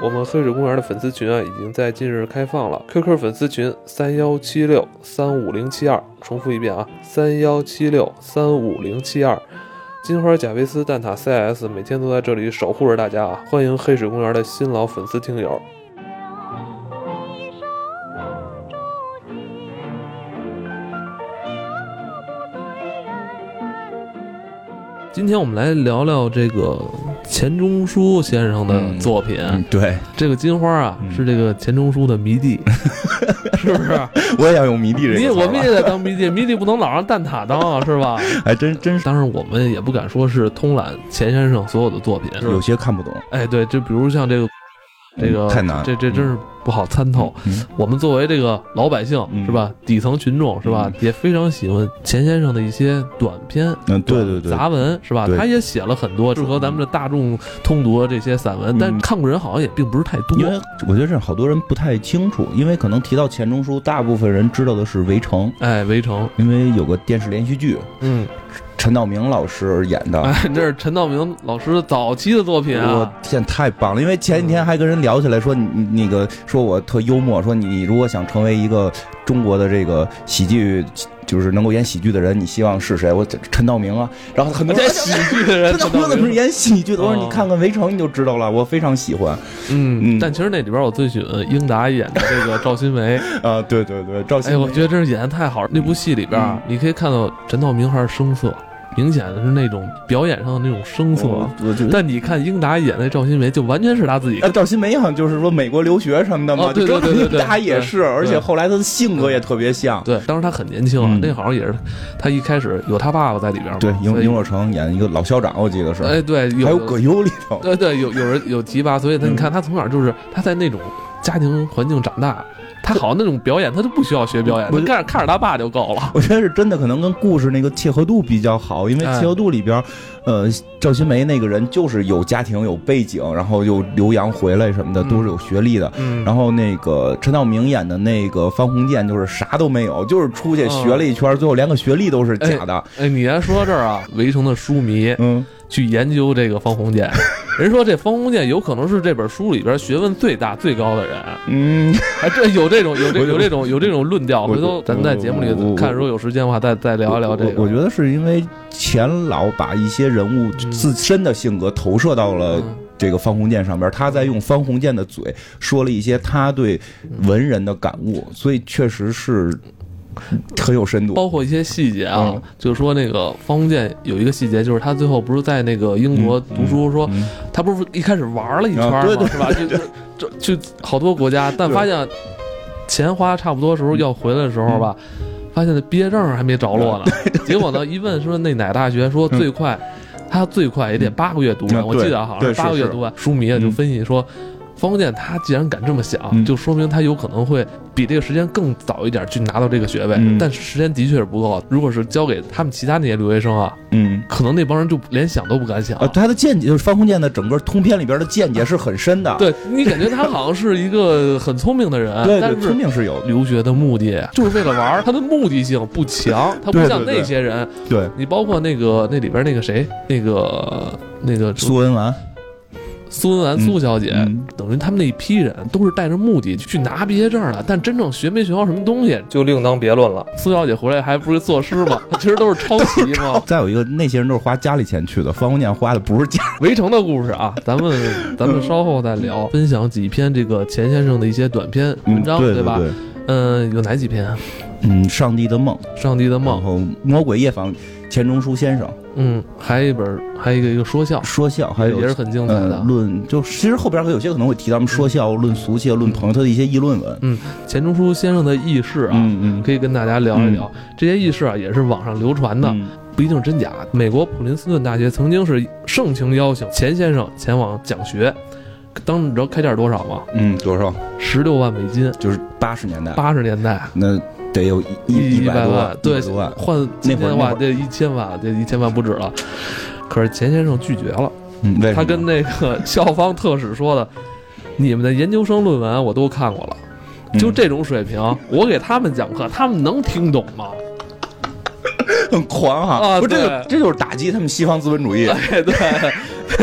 我们黑水公园的粉丝群啊，已经在近日开放了。QQ 粉丝群3176-35072，重复一遍啊，3176-35072。金花贾维斯蛋挞 CIS 每天都在这里守护着大家啊！欢迎黑水公园的新老粉丝听友。今天我们来聊聊这个钱钟书先生的作品。 对， 这个金花啊，是这个钱钟书的迷弟，是不是？ 我也要用迷弟这个。 我们也得当迷弟，迷弟不能老让蛋挞当啊，是吧？ 还真是。 当然，我们也不敢说是通览钱先生所有的作品， 有些看不懂。 哎，对，就比如像这个太难， 这真是不好参透。我们作为这个老百姓是吧，底层群众是吧，也非常喜欢钱先生的一些短篇， 对， 杂文是吧？他也写了很多适合咱们的大众通读的这些散文，但看过人好像也并不是太多。 因为我觉得这好多人不太清楚，因为可能提到钱钟书，大部分人知道的是《围城》。 哎，《围城》 因为有个电视连续剧，陈道明老师演的。 哎，这是陈道明老师早期的作品啊！ 我天，太棒了！因为前几天还跟人聊起来说，你那个说我特幽默，说你如果想成为一个中国的这个喜剧，就是能够演喜剧的人，你希望是谁？我陈道明啊。然后很多人演喜剧的人， 陈道明怎么是演喜剧的？我说你看看《围城》你就知道了，我非常喜欢。 但其实那里边我最喜欢英达演的这个赵新梅啊，对，赵新梅。 哎，我觉得真是演得太好了。那部戏里边你可以看到陈道明还是生涩。明显的是那种表演上的那种生涩，但你看英达演的赵新梅就完全是他自己。 赵新梅好像就是说美国留学什么的嘛， 对， 英达也是，而且后来他的性格也特别像。 对，当时他很年轻啊，那好像也是他一开始有他爸爸在里边。 对，尹若成演一个老校长，我记得是。 哎，对， 还有葛优里头。 对，有人有提拔，所以你看他从小就是他在那种家庭环境长大。他好那种表演，他就不需要学表演，他看着他爸就够了。 我觉得是真的，可能跟故事那个切合度比较好，因为切合度里边，赵新梅那个人就是有家庭有背景，然后又留洋回来什么的，都是有学历的。然后那个陈道明演的那个方鸿渐就是啥都没有，就是出去学了一圈，最后连个学历都是假的。 哎，你还说到这儿啊，围城的书迷，去研究这个方鸿渐，人说这方鸿渐有可能是这本书里边学问最大最高的人。还真有这种论调。回头咱在节目里看，如果有时间的话，再聊一聊这个。 我觉得是因为钱老把一些人物自身的性格投射到了这个方鸿渐上边，他在用方鸿渐的嘴说了一些他对文人的感悟，所以确实是很有深度， 包括一些细节啊，就是说那个方鸿渐有一个细节，就是他最后不是在那个英国读书，说他不是一开始玩了一圈吗？是吧？就好多国家，但发现钱花差不多时候要回来的时候吧，发现毕业证还没着落呢。结果呢，一问说那哪大学，说最快，他最快也得8个月读完，我记得好像是8个月读完。书迷就分析说，方鸿渐他既然敢这么想，就说明他有可能会比这个时间更早一点去拿到这个学位，但时间的确是不够。如果是交给他们其他那些留学生啊，可能那帮人就连想都不敢想。 他的见解就是方鸿渐的整个通篇里边的见解是很深的。 对，你感觉他好像是一个很聪明的人， 对， 但是聪明是有留学的目的就是为了玩，他的目的性不强，他不像那些人。 对， 你包括那里边那个谁，那个苏文纨。 苏文纨苏小姐，等于他们那一批人都是带着目的去拿毕业证的，但真正学没学到什么东西就另当别论了。苏小姐回来还不是作诗吗？其实都是抄袭嘛。 再有一个，那些人都是花家里钱去的，方鸿渐花的不是家。 围城的故事啊，咱们稍后再聊，分享几篇这个钱先生的一些短篇文章， 对吧？有哪几篇？ 上帝的梦， 上帝的梦， 然后魔鬼夜访钱钟书先生。 还有一个说笑， 还有也是很精彩的。 就其实后边有些可能会提到说笑、论俗气、论朋友，他的一些议论文。 钱钟书先生的轶事啊，可以跟大家聊一聊。这些轶事啊，也是网上流传的，不一定真假。美国普林斯顿大学曾经是盛情邀请钱先生前往讲学，当你知道开价多少吗？ 多少 ？16万美金， 就是80年代。 80年代， 那得有100多万， 对，换今天的话得1000万，这1000万不止了。可是钱先生拒绝了，他跟那个校方特使说的：“你们的研究生论文我都看过了，就这种水平，我给他们讲课，他们能听懂吗？” 很狂哈！不，这就是打击他们西方资本主义。 对。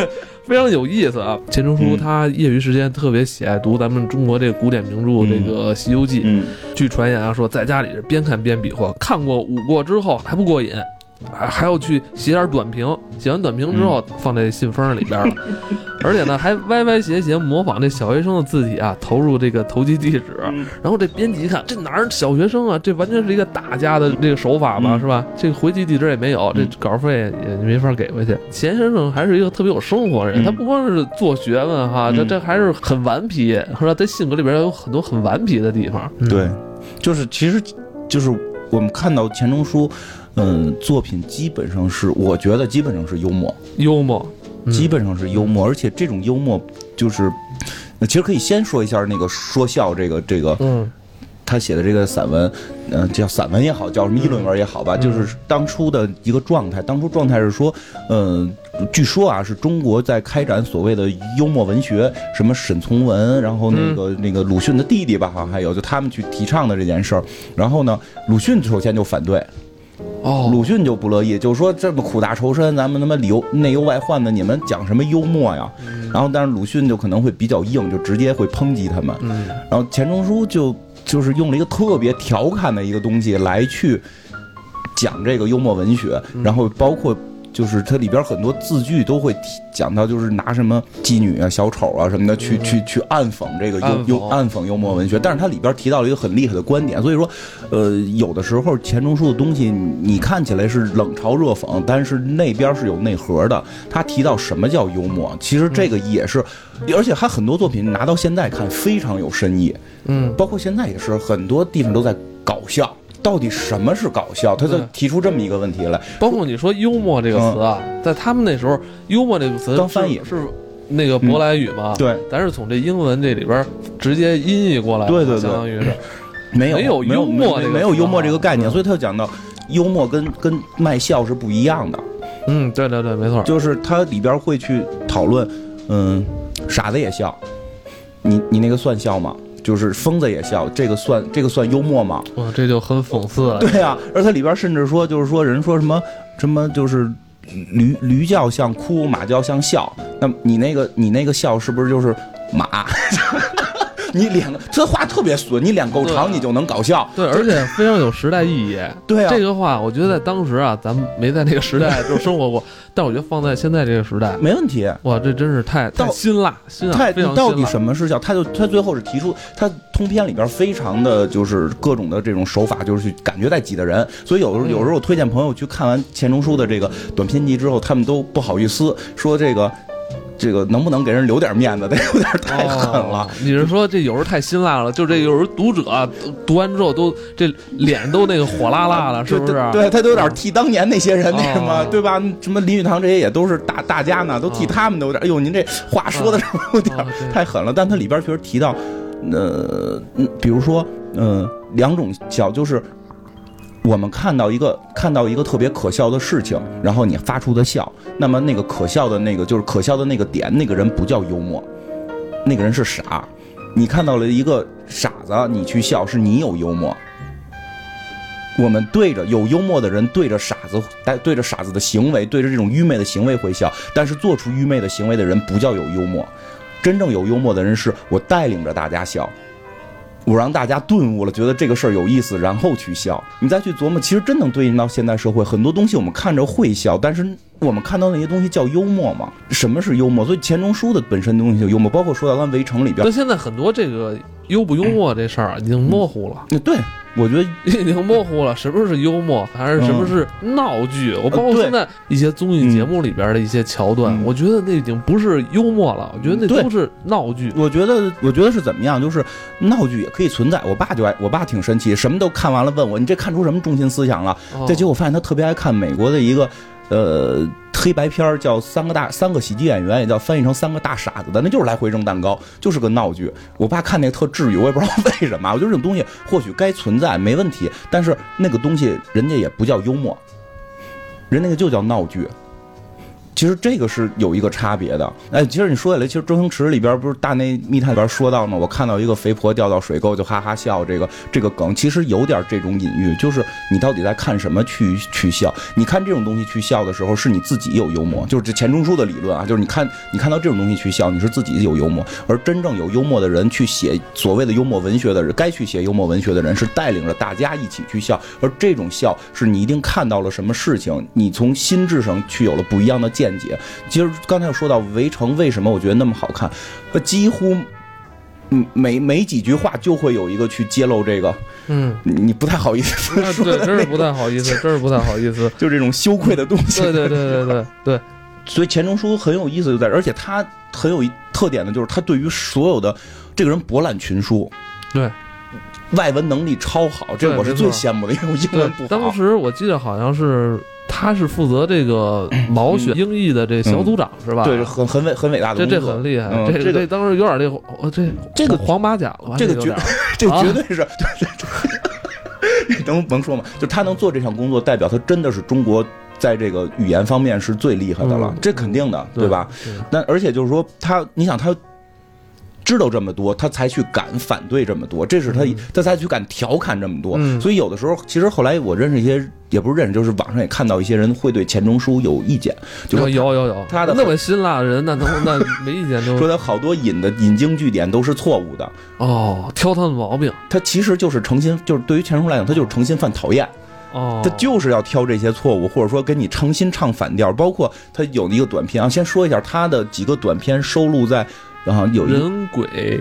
非常有意思啊。钱钟书他业余时间特别喜爱读咱们中国这个古典名著这个《西游记》，据传言啊说在家里是边看边比划，看过5过之后还不过瘾，还要去写点短评，写完短评之后放在信封里边了，而且呢还歪歪斜斜模仿这小学生的字体啊，投入这个投机地址，然后这编辑一看，这哪儿小学生啊，这完全是一个大家的这个手法吧，是吧？这个回寄地址也没有，这稿费也没法给回去。钱先生还是一个特别有生活的人，他不光是做学问哈，这还是很顽皮，是吧？在性格里边有很多很顽皮的地方。 对，就是其实就是我们看到钱钟书。作品基本上是，我觉得基本上是幽默，基本上是幽默，而且这种幽默就是，其实可以先说一下那个说笑这个，他写的这个散文，叫散文也好，叫什么议论文也好吧，就是当初的一个状态。当初状态是说，据说啊，是中国在开展所谓的幽默文学，什么沈从文，然后那个鲁迅的弟弟吧，好像还有就他们去提倡的这件事儿。然后呢，鲁迅首先就反对。鲁迅就不乐意，就说这么苦大仇深，咱们他妈内忧外患的，你们讲什么幽默呀？然后但是鲁迅就可能会比较硬，就直接会抨击他们。然后钱钟书就是用了一个特别调侃的一个东西来去讲这个幽默文学，然后包括就是它里边很多字句都会讲到，就是拿什么妓女啊、小丑啊什么的去暗讽这个暗讽幽默文学。但是它里边提到了一个很厉害的观点，所以说，有的时候钱钟书的东西你看起来是冷嘲热讽，但是那边是有内核的。他提到什么叫幽默，其实这个也是，而且他很多作品拿到现在看非常有深意。包括现在也是很多地方都在搞笑。到底什么是搞笑？他就提出这么一个问题来。 包括你说幽默这个词啊，在他们那时候，幽默这个词刚翻译是那个舶来语嘛？ 对， 咱是从这英文这里边直接音译过来， 对， 相当于是没有幽默没有幽默这个概念，所以他就讲到幽默跟卖笑是不一样的。 对，没错， 就是他里边会去讨论，傻子也笑，你那个算笑吗？就是疯子也笑，这个算幽默吗？ 哇，这就很讽刺了。 对啊，而它里边甚至说，就是说人说什么，就是驴叫像哭，马叫像笑。那你那个笑是不是就是马？你脸，这话特别损，你脸够长，你就能搞笑。 对，而且非常有时代意义。 对啊， 这个话我觉得在当时啊，咱们没在那个时代就生活过，但我觉得放在现在这个时代没问题。 哇，这真是太辛辣， 太非常辛辣。 到底什么是笑？他最后是提出，他通篇里边非常的就是各种的这种手法，就是去感觉在挤的人。所以有时候我推荐朋友去看完钱钟书的这个短篇集之后，他们都不好意思说这个能不能给人留点面子？得有点太狠了。 你是说这有时候太辛辣了？就这有时候读者读完之后都这脸都那个火辣辣了，是不是？ 对，他都有点替当年那些人那什么，对吧？什么林语堂这些也都是大家呢，都替他们都有点。哎呦，您这话说的是不是有点太狠了？但他里边确实提到，比如说两种笑，就是我们看到一个特别可笑的事情，然后你发出的笑，那么那个可笑的那个就是可笑的那个点，那个人不叫幽默，那个人是傻。你看到了一个傻子，你去笑，是你有幽默。我们对着有幽默的人，对着傻子的行为，对着这种愚昧的行为会笑，但是做出愚昧的行为的人不叫有幽默。真正有幽默的人是我带领着大家笑，我让大家顿悟了，觉得这个事儿有意思，然后去笑。你再去琢磨，其实真能对应到现代社会，很多东西我们看着会笑，但是我们看到那些东西叫幽默吗？什么是幽默？所以钱钟书的本身的东西就幽默，包括说到咱《围城》里边， 那现在很多这个幽不幽默这事儿已经模糊了。 对，我觉得已经模糊了，什么是幽默，还是什么是闹剧？我包括现在一些综艺节目里边的一些桥段，我觉得那已经不是幽默了，我觉得那都是闹剧。 我觉得是怎么样？就是闹剧也可以存在。我爸挺神奇，什么都看完了，问我你这看出什么中心思想了？这结果我发现他特别爱看美国的一个黑白片叫三个喜剧演员，也叫翻译成三个大傻子的，那就是来回扔蛋糕，就是个闹剧。我爸看那个特治愈，我也不知道为什么。我觉得这种东西或许该存在没问题，但是那个东西人家也不叫幽默，人那个就叫闹剧。 其实这个是有一个差别的。哎，其实你说起来，其实周星驰里边不是大内密探里边说到吗？我看到一个肥婆掉到水沟就哈哈笑，这个梗其实有点这种隐喻，就是你到底在看什么去笑？你看这种东西去笑的时候，是你自己有幽默，就是这钱钟书的理论啊，就是你看到这种东西去笑，你是自己有幽默，而真正有幽默的人去写所谓的幽默文学的人，该去写幽默文学的人是带领着大家一起去笑，而这种笑是你一定看到了什么事情，你从心智上去有了不一样的见解。其实刚才有说到围城为什么我觉得那么好看，几乎每几句话就会有一个去揭露这个，你不太好意思说的、 对，真是不太好意思，真是不太好意思， 就这种羞愧的东西。 对。 所以钱钟书很有意思就在，而且他很有一特点的就是他对于所有的这个人博览群书， 对。 外文能力超好，这我是最羡慕的，因为我英文不好。 当时我记得好像是他是负责这个毛选英译的这小组长是吧？ 对，很伟大的工作， 这很厉害。这当时有点这个黄马甲了吧？ 这个绝对是对。能说吗？就他能做这项工作，代表他真的是中国在这个语言方面是最厉害的了，这肯定的，对吧？但而且就是说你想他。知道这么多，他才去敢反对这么多，这是他才去敢调侃这么多。所以有的时候，其实后来我认识一些，也不是认识，就是网上也看到一些人会对钱钟书有意见，就是有他的那么辛辣的人，那没意见都说他好多引经据典都是错误的。 挑他的毛病， 他其实就是诚心，就是对于钱钟书来讲，他就是诚心犯讨厌。他就是要挑这些错误，或者说跟你诚心唱反调。包括他有一个短片啊，先说一下他的几个短片收录在。然后有人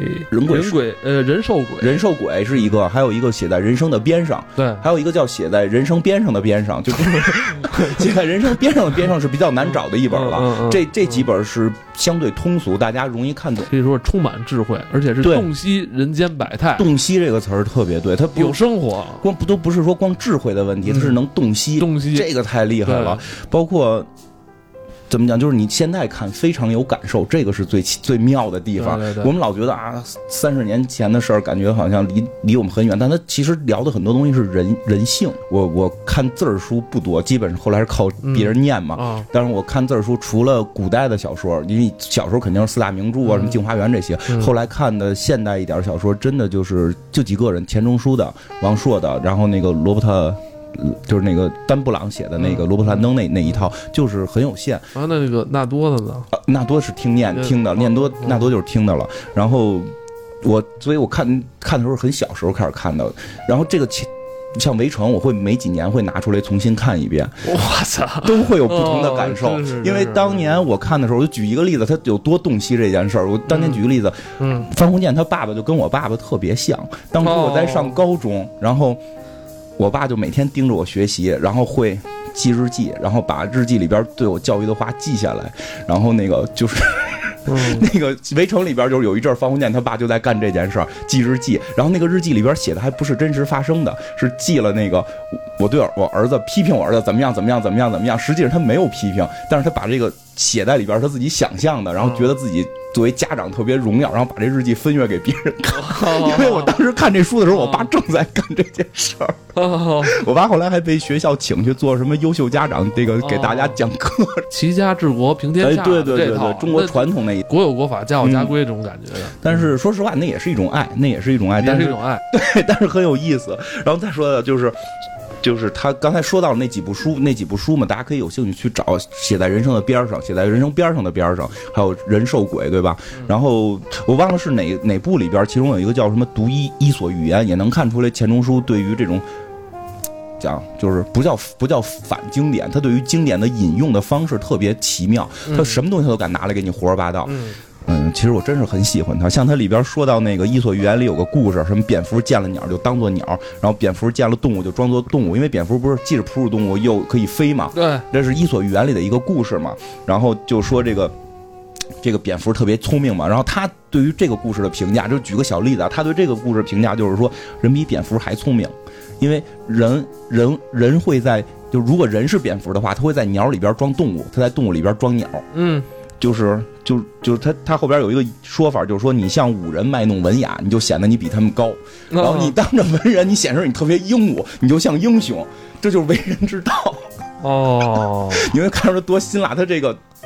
兽鬼是一个，还有一个写在人生的边上， 对， 还有一个叫写在人生边上的边上，就是写在人生边上的边上是比较难找的一本了。这几本是相对通俗，大家容易看懂， 可以说充满智慧，而且是洞悉人间百态。 洞悉这个词儿特别对，它有生活， 都不是说光智慧的问题，它是能洞悉，这个太厉害了，包括。怎么讲？就是你现在看非常有感受，这个是最妙的地方。 对， 我们老觉得啊，30年前的事儿，感觉好像离我们很远，但他其实聊的很多东西是人性。我看字儿书不多，基本上后来是靠别人念嘛。但是我看字儿书，除了古代的小说，因为小时候肯定是4大名著啊，什么《镜花缘》这些。后来看的现代一点小说，真的就几个人：钱钟书的、王朔的，然后那个罗伯特。就是那个丹布朗写的那个罗伯特兰登那一套，就是很有限。 那个纳多的呢？ 纳多是听的，纳多就是听的了。然后所以我看的时候很小时候开始看的。然后这个像《围城》，我会每几年会拿出来重新看一遍。 我操， 都会有不同的感受。因为当年我看的时候，我就举一个例子，他有多洞悉这件事儿。我当年举个例子，方鸿渐他爸爸就跟我爸爸特别像。当时我在上高中，然后。我爸就每天盯着我学习，然后会记日记，然后把日记里边对我教育的话记下来，然后那个就是那个《围城》里边就是有一阵方鸿渐他爸就在干这件事儿，记日记，然后那个日记里边写的还不是真实发生的，是记了那个我对我儿子批评我儿子怎么样，实际上他没有批评，但是他把这个写在里边，他自己想象的，然后觉得自己作为家长特别荣耀，然后把这日记分阅给别人看。因为我当时看这书的时候，我爸正在干这件事儿。我爸后来还被学校请去做什么优秀家长，这个给大家讲课。 齐家治国平天下， 对，中国传统那一国有国法，家有家规这种感觉的。 但是说实话，那也是一种爱， 也是一种爱。 对，但是很有意思。然后再说的就是他刚才说到那几部书嘛，大家可以有兴趣去找，写在人生的边上，写在人生边上的边上，还有人兽鬼，对吧？然后我忘了是哪部里边，其中有一个叫什么读伊索寓言，也能看出来钱钟书对于这种讲就是不叫反经典，他对于经典的引用的方式特别奇妙，他什么东西他都敢拿来给你胡说八道。其实我真是很喜欢他。像他里边说到那个《伊索寓言》里有个故事，什么蝙蝠见了鸟就当作鸟，然后蝙蝠见了动物就装作动物，因为蝙蝠不是既是哺乳动物又可以飞嘛？ 对， 这是《伊索寓言》里的一个故事嘛。然后就说这个蝙蝠特别聪明嘛，然后他对于这个故事的评价，就举个小例子啊，他对这个故事的评价就是说，人比蝙蝠还聪明，因为人会在就如果人是蝙蝠的话，他会在鸟里边装动物，他在动物里边装鸟。就是他后边有一个说法，就是说你向武人卖弄文雅，你就显得你比他们高；然后你当着文人，你显示你特别英武，你就像英雄，这就是为人之道。 你会看出多辛辣。他这个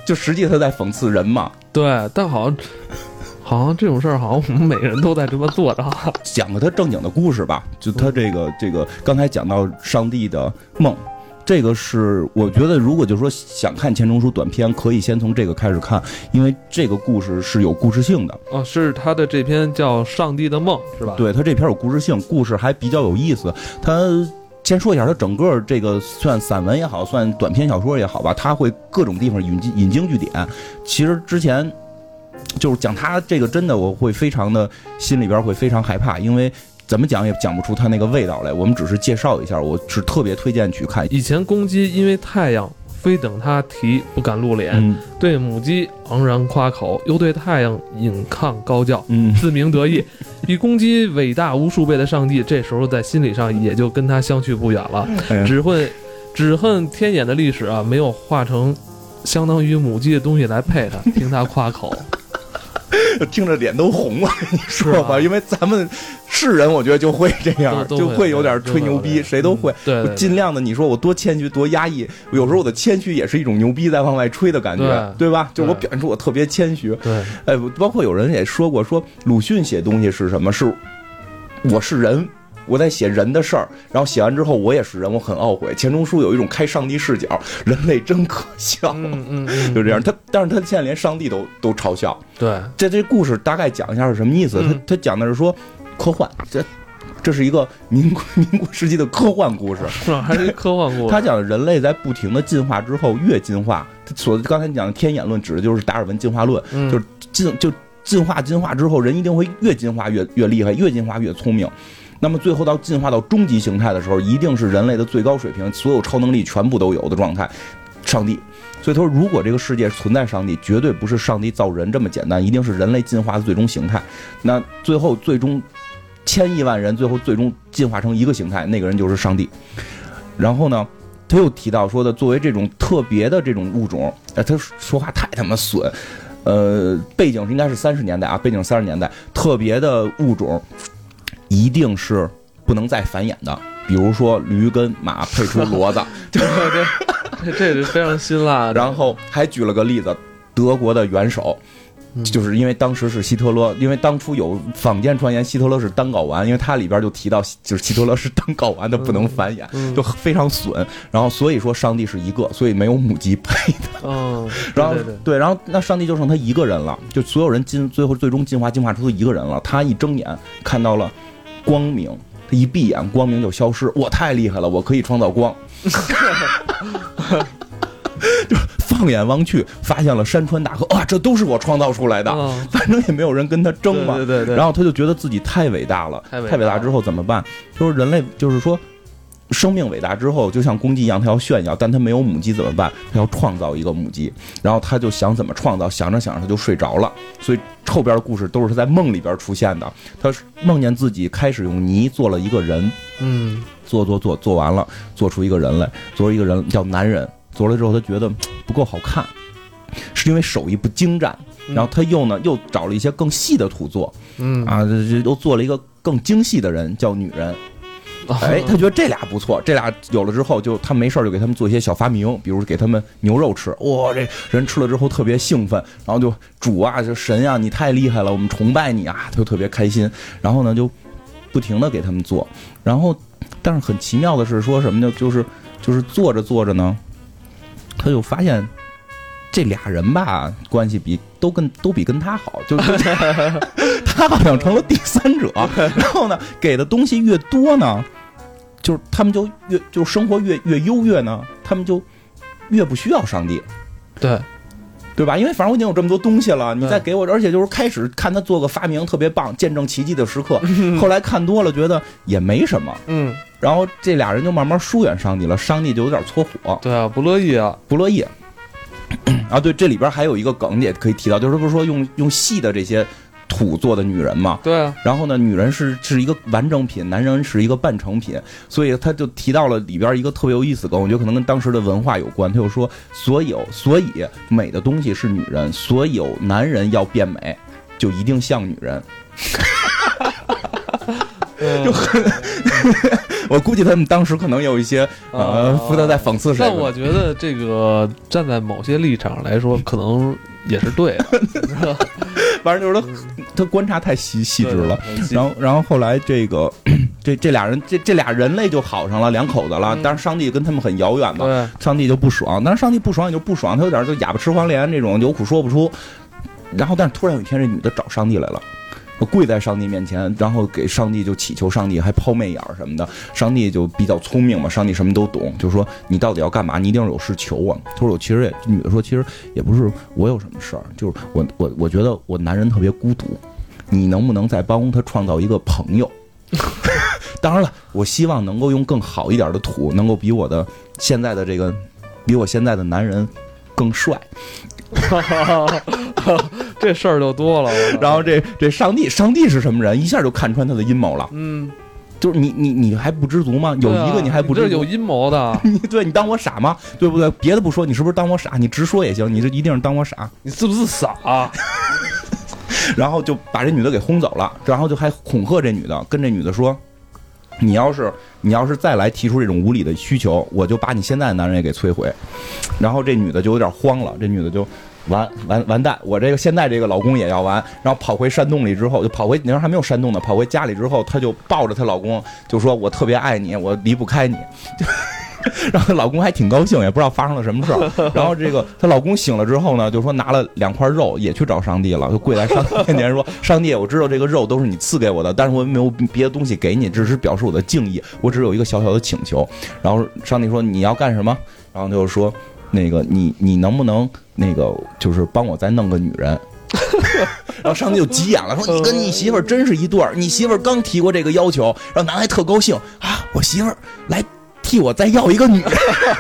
就实际他在讽刺人嘛。 对，但好像这种事儿，好像我们每个人都在这么做着。 讲个他正经的故事吧，就他这个刚才讲到上帝的梦。这个是我觉得，如果就是说想看钱钟书短篇，可以先从这个开始看，因为这个故事是有故事性的。 哦，是他的这篇叫《上帝的梦》，是吧？ 对，他这篇有故事性，故事还比较有意思。他先说一下，他整个这个算散文也好，算短篇小说也好吧，他会各种地方引经据典。其实之前就是讲他这个，真的我会非常的心里边会非常害怕，因为怎么讲也讲不出它那个味道来，我们只是介绍一下，我是特别推荐去看。 以前公鸡因为太阳非等它啼不敢露脸，对母鸡昂然夸口，又对太阳引抗高叫，自鸣得意。比公鸡伟大无数倍的上帝，这时候在心理上也就跟他相去不远了。只恨天眼的历史啊，没有化成相当于母鸡的东西来配他，听他夸口。 听着脸都红了，你说吧，因为咱们是人，我觉得就会这样，就会有点吹牛逼，谁都会。 对， 尽量的，你说我多谦虚多压抑，有时候我的谦虚也是一种牛逼在往外吹的感觉，对吧？就我表现出我特别谦虚。 对， 哎，包括有人也说过，说鲁迅写东西是什么？是我是人。我在写人的事儿，然后写完之后我也是人，我很懊悔。钱钟书有一种开上帝视角，人类真可笑，就这样。但是他现在连上帝都嘲笑。 对， 这故事大概讲一下是什么意思？他讲的是说科幻，这是一个民国时期的科幻故事， 还是科幻故事。 他讲人类在不停的进化之后越进化，刚才讲的天演论指的就是达尔文进化论，就是进化之后人一定会越进化越厉害，越进化越聪明。那么最后到进化到终极形态的时候，一定是人类的最高水平，所有超能力全部都有的状态，上帝。所以他说，如果这个世界存在上帝，绝对不是上帝造人这么简单，一定是人类进化的最终形态。那最终千亿万人最终进化成一个形态，那个人就是上帝。然后呢，他又提到说的，作为这种特别的这种物种，他说话太他妈损。背景应该是30年代啊，背景30年代，特别的物种一定是不能再繁衍的，比如说驴跟马配出骡子， 对，这是非常辛辣的。 然后还举了个例子，德国的元首，就是因为当时是希特勒，因为当初有坊间传言希特勒是单睾丸，因为他里边就提到就是希特勒是单睾丸的，不能繁衍，就非常损。然后所以说上帝是一个，所以没有母鸡配的。然后对，然后那上帝就剩他一个人了，就所有人最终进化出一个人了。他一睁眼看到了光明，他一闭眼光明就消失，我太厉害了，我可以创造光。就放眼望去，发现了山川大河，这都是我创造出来的，反正也没有人跟他争嘛。 对。 然后他就觉得自己太伟大了，太伟大之后怎么办？就是人类，就是说生命伟大之后，就像公鸡一样，他要炫耀，但他没有母鸡怎么办？他要创造一个母鸡，然后他就想怎么创造，想着他就睡着了。所以后边的故事都是他在梦里边出现的。他梦见自己开始用泥做了一个人，做完了，做出一个人来，做出一个人叫男人。做了之后，他觉得不够好看，是因为手艺不精湛。然后他又找了一些更细的土作，又做了一个更精细的人，叫女人。哎，他觉得这俩不错，这俩有了之后，他没事就给他们做一些小发明，比如给他们牛肉吃，这人吃了之后特别兴奋，然后就主啊，就神啊，你太厉害了，我们崇拜你啊，他就特别开心。然后呢，就不停的给他们做，然后但是很奇妙的是说什么呢？就是做着呢。他就发现这俩人吧，关系都比跟他好，就是他好像成了第三者。然后呢，给的东西越多呢，就是他们就生活越优越呢，他们就越不需要上帝。对吧？因为反正我已经有这么多东西了，你再给我，而且就是开始看他做个发明特别棒，见证奇迹的时刻。后来看多了，觉得也没什么。然后这俩人就慢慢疏远上帝了，上帝就有点搓火。 对啊，不乐意啊。 啊，对，这里边还有一个梗也可以提到，就是不是说用细的这些土做的女人嘛？ 对啊。 然后呢，女人是一个完整品，男人是一个半成品，所以他就提到了里边一个特别有意思的梗，我觉得可能跟当时的文化有关。他就说，所以美的东西是女人，所有男人要变美，就一定像女人。就很， 我估计他们当时可能有一些福特在讽刺谁。 但我觉得这个站在某些立场来说，可能也是对的。 反正就是他观察太细致了。然后后来这个这俩人类就好上了，两口子了。但是上帝跟他们很遥远嘛，上帝就不爽。但是上帝不爽也就不爽，他有点就哑巴吃黄连这种有苦说不出。然后但是突然有一天，这女的找上帝来了。跪在上帝面前，然后给上帝就祈求上帝，还抛媚眼什么的。上帝就比较聪明嘛，上帝什么都懂，就说你到底要干嘛？你一定是有事求我。他说我其实也，女的说其实也不是我有什么事儿，就是我觉得我男人特别孤独，你能不能再帮他创造一个朋友？当然了，我希望能够用更好一点的土，能够比我现在的男人更帅。 这事儿就多了。 然后这上帝是什么人？一下就看穿他的阴谋了。就是你还不知足吗？有一个你还不知足， 这有阴谋的。 对，你当我傻吗？对不对？别的不说，你是不是当我傻？你直说也行，你这一定是当我傻。 你是不是傻？ 然后就把这女的给轰走了，然后就还恐吓这女的，跟这女的说，你要是再来提出这种无理的需求，我就把你现在的男人也给摧毁。然后这女的就有点慌了，这女的就完蛋，我这个现在这个老公也要完。然后跑回山洞里之后，就跑回那时候还没有山洞呢，跑回家里之后，她就抱着她老公就说，我特别爱你，我离不开你。然后她老公还挺高兴，也不知道发生了什么事儿。然后这个她老公醒了之后呢，就说拿了2块肉也去找上帝了，就跪在上帝面前说，上帝，我知道这个肉都是你赐给我的，但是我没有别的东西给你，只是表示我的敬意，我只有一个小小的请求。然后上帝说，你要干什么？然后他就说，那个你能不能那个就是帮我再弄个女人？然后上帝就急眼了，说你跟你媳妇儿真是一对儿，你媳妇儿刚提过这个要求，然后男还特高兴啊，我媳妇儿来替我再要一个女人。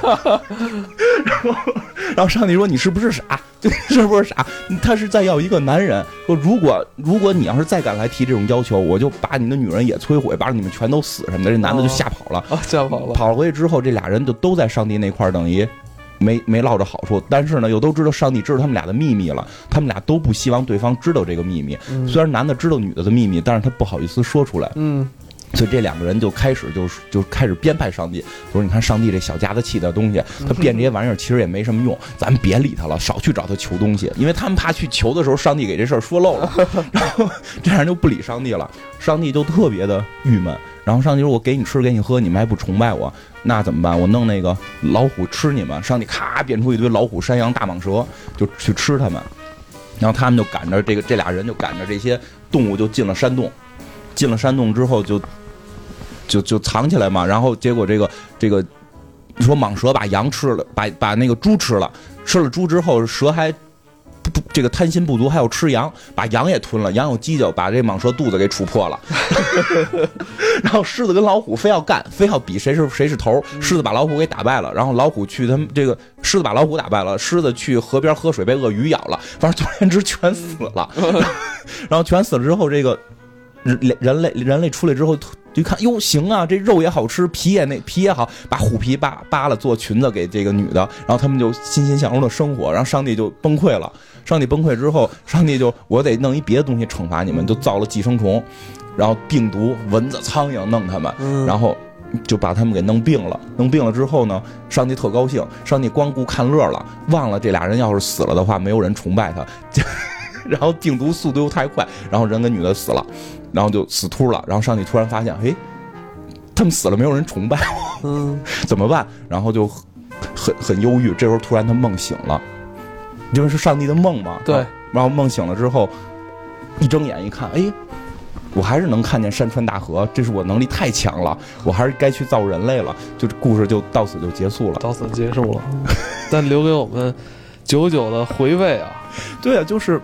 然后上帝说，你是不是傻？是不是傻？他是再要一个男人。说如果你要是再敢来提这种要求，我就把你的女人也摧毁，把你们全都死什么的。这男的就吓跑了，跑回去之后，这俩人就都在上帝那块儿，等于没落着好处。但是呢，又都知道上帝知道他们俩的秘密了，他们俩都不希望对方知道这个秘密。虽然男的知道女的秘密，但是他不好意思说出来。所以这两个人就开始就开始编排上帝，说你看上帝这小家子气的东西，他变这些玩意儿其实也没什么用，咱们别理他了，少去找他求东西，因为他们怕去求的时候上帝给这事儿说漏了。然后这样人就不理上帝了，上帝就特别的郁闷。然后上帝说，我给你吃给你喝，你们还不崇拜我，那怎么办？我弄那个老虎吃你们。上帝咔变出一堆老虎山羊大蟒蛇，就去吃他们。然后他们就赶着这俩人就赶着这些动物就进了山洞。进了山洞之后就藏起来嘛，然后结果这个你说蟒蛇把羊吃了，把那个猪吃了猪之后，蛇还这个贪心不足，还要吃羊，把羊也吞了，羊有犄角，把这蟒蛇肚子给杵破了。然后狮子跟老虎非要干，非要比谁是头，狮子把老虎给打败了，然后老虎去他们这个狮子把老虎打败了，狮子去河边喝水被鳄鱼咬了，反正总而言之全死了。然后全死了之后，这个人类出来之后就看，哟，行啊，这肉也好吃，皮也好，把虎皮扒了做裙子给这个女的，然后他们就欣欣向荣的生活。然后上帝就崩溃了，上帝崩溃之后，上帝就我得弄一别的东西惩罚你们，就造了寄生虫，然后病毒、蚊子、苍蝇弄他们，然后就把他们给弄病了。弄病了之后呢，上帝特高兴，上帝光顾看乐了，忘了这俩人要是死了的话，没有人崇拜他。然后病毒速度又太快，然后人跟女的死了，然后就死秃了。然后上帝突然发现，嘿，他们死了，没有人崇拜我，怎么办？然后就很忧郁。这时候突然他梦醒了，因为是上帝的梦嘛。 对。 然后梦醒了之后，一睁眼一看，哎，我还是能看见山川大河，这是我能力太强了，我还是该去造人类了。就故事就到此就结束了， 但留给我们久久的回味啊。 对啊，就是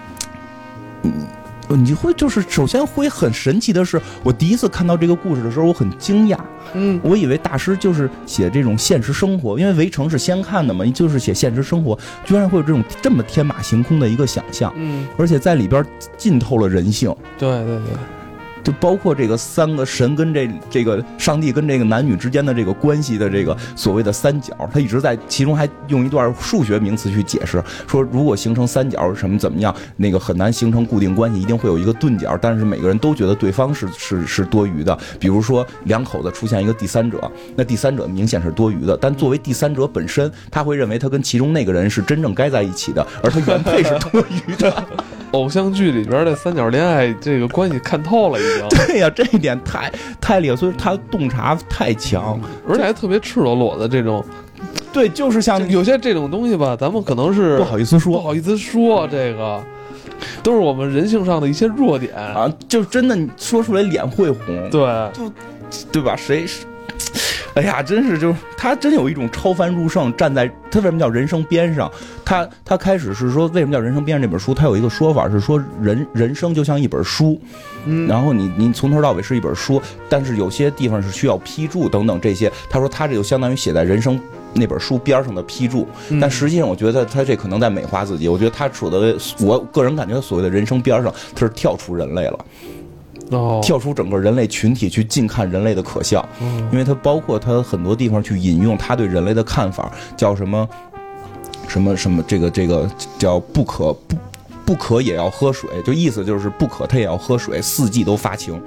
你会就是首先会很神奇的是，我第一次看到这个故事的时候，我很惊讶。我以为大师就是写这种现实生活，因为《围城》是先看的嘛，就是写现实生活，居然会有这么天马行空的一个想象。而且在里边浸透了人性。 对。 就包括这个三个神跟这个上帝跟这个男女之间的这个关系的这个所谓的三角，他一直在其中还用一段数学名词去解释，说如果形成三角什么怎么样，那个很难形成固定关系，一定会有一个钝角，但是每个人都觉得对方是多余的。比如说两口子出现一个第三者，那第三者明显是多余的，但作为第三者本身，他会认为他跟其中那个人是真正该在一起的，而他原配是多余的。 偶像剧里边的三角恋爱这个关系看透了已经。 对呀，这一点太厉害，所以他洞察太强， 而且还特别赤裸裸的这种。 对，就是像有些这种东西吧，咱们可能是不好意思说，这个都是我们人性上的一些弱点啊，就真的你说出来脸会红， 对， 对吧？哎呀，真是就是他真有一种超凡入圣，站在他为什么叫人生边上？他开始是说为什么叫人生边上这本书？他有一个说法是说人生就像一本书，然后你从头到尾是一本书，但是有些地方是需要批注等等这些。他说他这就相当于写在人生那本书边上的批注，但实际上我觉得他这可能在美化自己。我觉得他说的，我个人感觉所谓的人生边上，他是跳出人类了。跳出整个人类群体去近看人类的可笑，因为它包括它很多地方去引用他对人类的看法，叫什么，这个叫不可也要喝水，就意思就是不渴它也要喝水，四季都发情，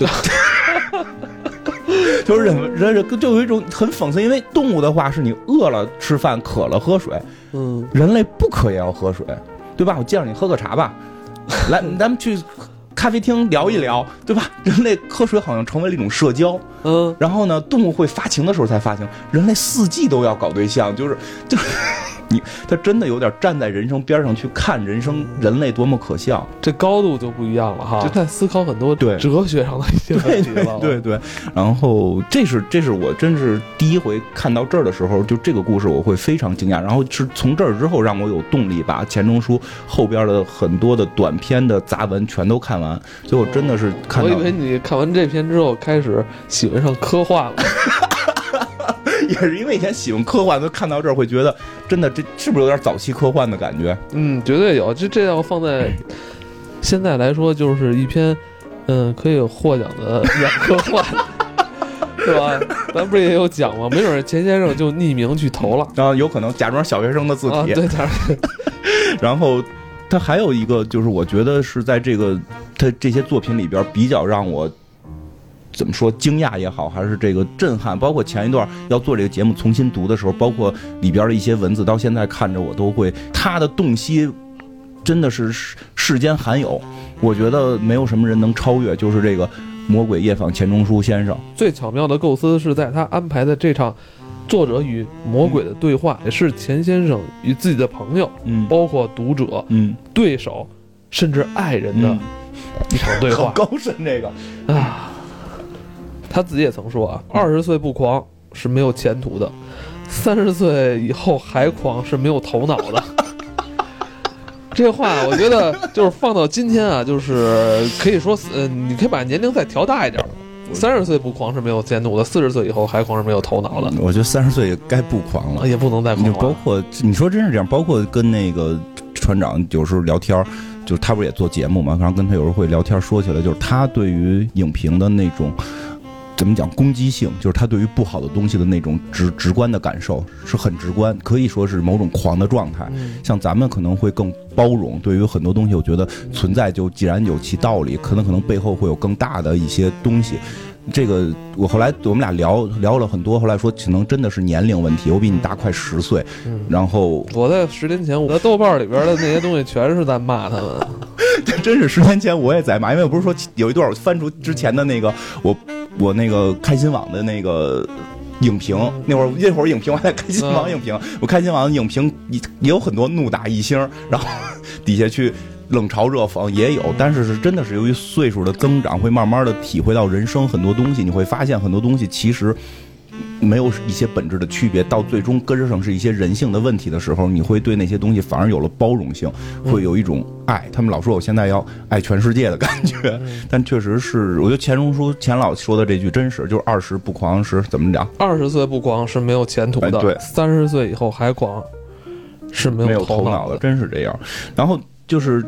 就是人就有一种很讽刺，因为动物的话是你饿了吃饭，渴了喝水，人类不渴也要喝水，对吧？我介绍你喝个茶吧，来，咱们去咖啡厅聊一聊，对吧？人类喝水好像成为了一种社交，然后呢，动物会发情的时候才发情，人类四季都要搞对象，就是他真的有点站在人生边上去看人类多么可笑， 这高度就不一样了哈，就在思考很多哲学上的一些问题了。 对，然后这是我真是第一回看到这儿的时候，就这个故事我会非常惊讶，然后是从这儿之后让我有动力把钱钟书后边的很多的短篇的杂文全都看完，所以我真的是看到。 我以为你看完这篇之后开始喜欢上科幻了。 也是因为以前喜欢科幻，都看到这儿会觉得，真的这是不是有点早期科幻的感觉？ 绝对有。这要放在现在来说，就是一篇可以有获奖的软科幻，是吧？咱不是也有奖吗？没准钱先生就匿名去投了， 然后有可能假装小学生的字体， 对， 然后他还有一个，就是我觉得是在他这些作品里边比较让我。怎么说惊讶也好，还是这个震撼，包括前一段要做这个节目重新读的时候，包括里边的一些文字，到现在看着我都会，他的洞悉真的是世间罕有，我觉得没有什么人能超越，就是这个魔鬼夜访钱钟书先生。 最巧妙的构思是在他安排的这场作者与魔鬼的对话，也是钱先生与自己的朋友，包括读者，对手，甚至爱人的一场对话。 很高深这个啊。他自己也曾说啊，20岁不狂是没有前途的，30岁以后还狂是没有头脑的。这话我觉得就是放到今天啊，就是可以说，你可以把年龄再调大一点。30岁不狂是没有前途的，40岁以后还狂是没有头脑的。 我觉得30岁也该不狂了， 也不能再狂了。 包括你说真是这样，包括跟那个船长有时候聊天，就是他不是也做节目嘛，然后跟他有时候会聊天，说起来就是他对于影评的那种。怎么讲攻击性，就是他对于不好的东西的那种直观的感受是很直观，可以说是某种狂的状态。像咱们可能会更包容，对于很多东西我觉得存在就既然有其道理，可能背后会有更大的一些东西。这个我后来我们俩聊了很多，后来说可能真的是年龄问题，我比你大快10岁，然后我在10年前我在豆瓣里边的那些东西全是在骂他们。 这真是10年前我也在骂，因为我不是说有一段我翻出之前的那个我那个开心网的那个影评，那会儿影评我还在开心网影评，我开心网的影评也有很多怒打一星，然后底下去冷嘲热讽也有，但是真的是由于岁数的增长，会慢慢的体会到人生很多东西，你会发现很多东西其实没有一些本质的区别，到最终根上是一些人性的问题的时候，你会对那些东西反而有了包容性，会有一种爱。他们老说我现在要爱全世界的感觉，但确实是，我觉得钱钟书钱老说的这句真是，就是20不狂是怎么讲 ？20岁不狂是没有前途的， 对 ，30岁以后还狂是没有头脑的，真是这样。然后就是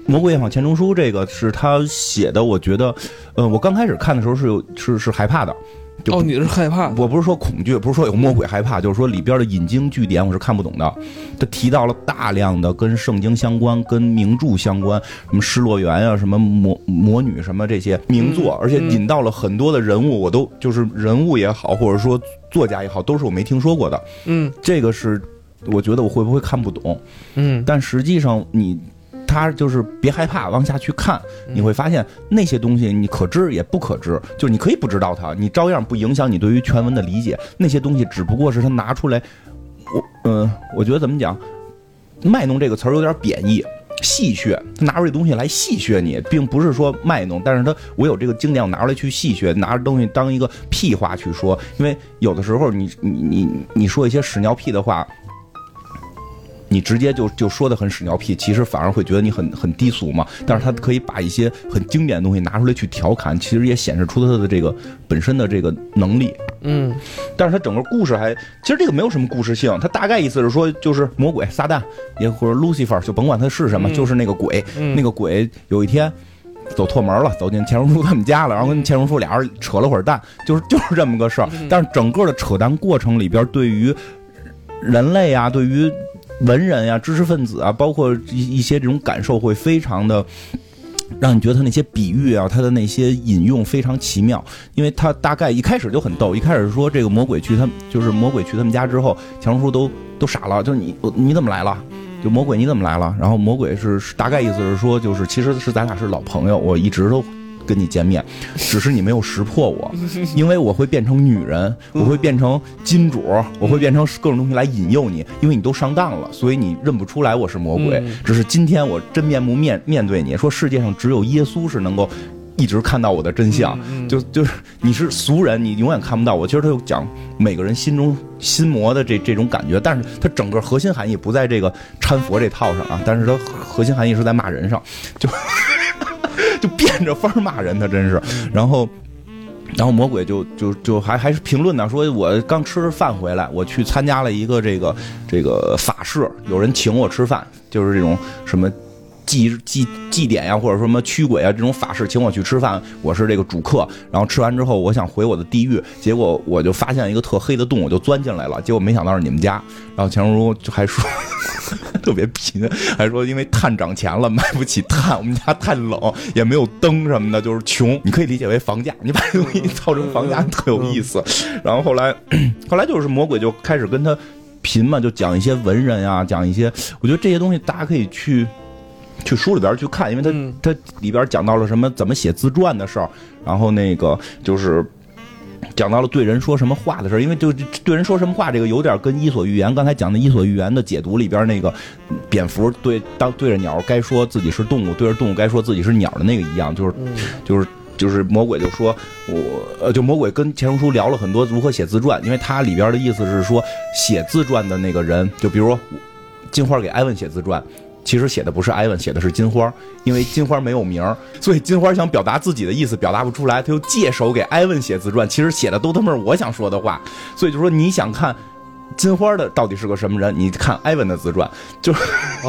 魔鬼夜访钱钟书这个是他写的，我觉得，我刚开始看的时候是害怕的。 哦，你是害怕？ 我不是说恐惧，不是说有魔鬼害怕，就是说里边的引经据典我是看不懂的。他提到了大量的跟圣经相关、跟名著相关，什么《失乐园》啊，什么魔女什么这些名作，而且引到了很多的人物，我都就是人物也好，或者说作家也好，都是我没听说过的。这个是我觉得我会不会看不懂？但实际上他就是别害怕，往下去看，你会发现那些东西你可知也不可知，就是你可以不知道它，你照样不影响你对于全文的理解。那些东西只不过是他拿出来，我觉得怎么讲，卖弄这个词儿有点贬义，戏谑，他拿出这东西来戏谑你，并不是说卖弄，但是我有这个经典，我拿出来去戏谑，拿着东西当一个屁话去说，因为有的时候你说一些屎尿屁的话。你直接就说的很屎尿屁，其实反而会觉得你很低俗嘛。但是他可以把一些很经典的东西拿出来去调侃，其实也显示出他的这个本身的这个能力。但是他整个故事其实这个没有什么故事性，他大概意思是说，就是魔鬼撒旦也或者 Lucifer， 就甭管他是什么，就是那个鬼，那个鬼有一天走错门了，走进钱钟书他们家了，然后跟钱钟书俩人扯了会儿蛋，就是这么个事儿。但是整个的扯淡过程里边，对于人类啊，对于文人呀、知识分子啊，包括一些这种感受，会非常的让你觉得他那些比喻啊，他的那些引用非常奇妙。因为他大概一开始就很逗，一开始说这个魔鬼去他们家之后，钱钟书都傻了，就是你怎么来了？就魔鬼你怎么来了？然后魔鬼是大概意思是说，就是其实是咱俩是老朋友，我一直都跟你见面，只是你没有识破我，因为我会变成女人，我会变成金主，我会变成各种东西来引诱你，因为你都上当了，所以你认不出来我是魔鬼。只是今天我真面目面对你，说世界上只有耶稣是能够一直看到我的真相，就是你是俗人，你永远看不到我。其实他有讲每个人心中心魔的这种感觉，但是他整个核心含义不在这个掺佛这套上啊，但是他核心含义是在骂人上，就变着法骂人，他真是。然后魔鬼就还是评论呢，说我刚吃饭回来，我去参加了一个这个法事，有人请我吃饭，就是这种什么祭典呀，或者说什么驱鬼啊这种法事，请我去吃饭，我是这个主客。然后吃完之后，我想回我的地狱，结果我就发现一个特黑的洞，我就钻进来了，结果没想到是你们家。然后钱钟书就还说特别贫，还说因为碳涨钱了，买不起碳，我们家太冷，也没有灯什么的，就是穷。你可以理解为房价，你把这东西造成房价特有意思。然后后来就是魔鬼就开始跟他贫嘛，就讲一些文人啊，讲一些，我觉得这些东西大家可以去书里边去看，因为他里边讲到了什么怎么写自传的事儿，然后那个就是讲到了对人说什么话的事儿，因为就对人说什么话这个有点跟伊索寓言刚才讲的伊索寓言的解读里边那个蝙蝠对着鸟该说自己是动物，对着动物该说自己是鸟的那个一样，就是魔鬼就说就魔鬼跟钱钟书聊了很多如何写自传，因为他里边的意思是说写自传的那个人，就比如说金花给艾文写自传，其实写的不是艾文，写的是金花，因为金花没有名，所以金花想表达自己的意思表达不出来，他就借手给艾文写自传，其实写的都他妈是我想说的话。所以就说你想看金花的到底是个什么人，你看艾文的自传，就是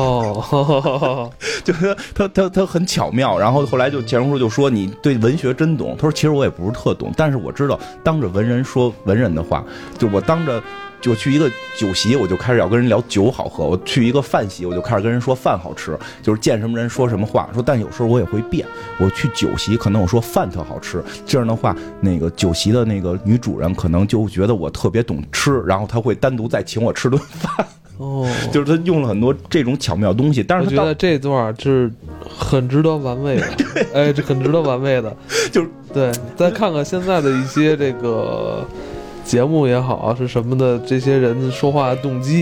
就是他很巧妙。然后后来就钱钟书就说你对文学真懂，他说其实我也不是特懂，但是我知道当着文人说文人的话，就我当着就去一个酒席，我就开始要跟人聊酒好喝；我去一个饭席，我就开始跟人说饭好吃。就是见什么人说什么话。说，但有时候我也会变。我去酒席，可能我说饭特好吃，这样的话，那个酒席的那个女主人可能就觉得我特别懂吃，然后她会单独再请我吃顿饭。就是他用了很多这种巧妙的东西，但是我觉得这段是很值得玩味的。哎，这很值得玩味的。 就是对，再看看现在的一些这个节目也好是什么的，这些人说话的动机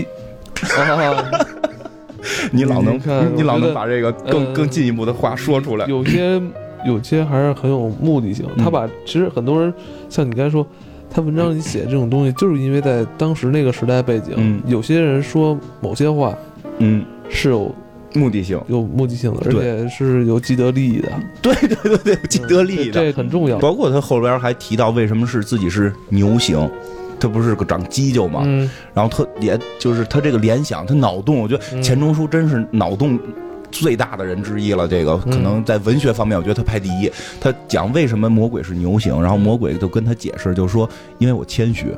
你老能把这个更进一步的话说出来。 有些还是很有目的性。他把其实很多人像你刚才说，他文章里写这种东西，就是因为在当时那个时代背景，有些人说某些话，是有目的性， 有目的性的，而且是有既得利益的。 对，既得利益的， 这很重要。 包括他后边还提到为什么是自己是牛形，他不是个长犄角嘛？然后他也就是他这个联想，他脑洞，我觉得钱钟书真是脑洞最大的人之一了。这个可能在文学方面，我觉得他排第一。他讲为什么魔鬼是牛型，然后魔鬼就跟他解释，就是说因为我谦虚。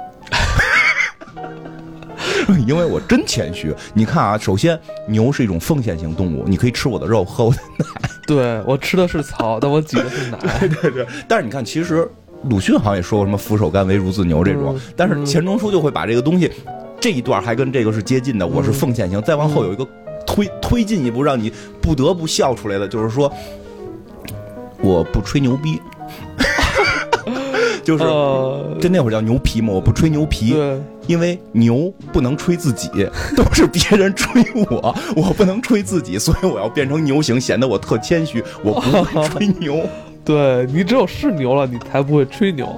因为我真谦虚，你看啊，首先牛是一种奉献型动物，你可以吃我的肉，喝我的奶。 对，我吃的是草，但我挤的是奶。 对。但是你看，其实鲁迅好像也说过什么俯首甘为孺子牛这种，但是钱钟书就会把这个东西这一段还跟这个是接近的，我是奉献型。再往后有一个推进一步，让你不得不笑出来的，就是说我不吹牛逼。就是就那会儿叫牛皮嘛，我不吹牛皮，因为牛不能吹自己，都是别人吹我，我不能吹自己，所以我要变成牛型，显得我特谦虚，我不会吹牛。 对，你只有是牛了，你才不会吹牛。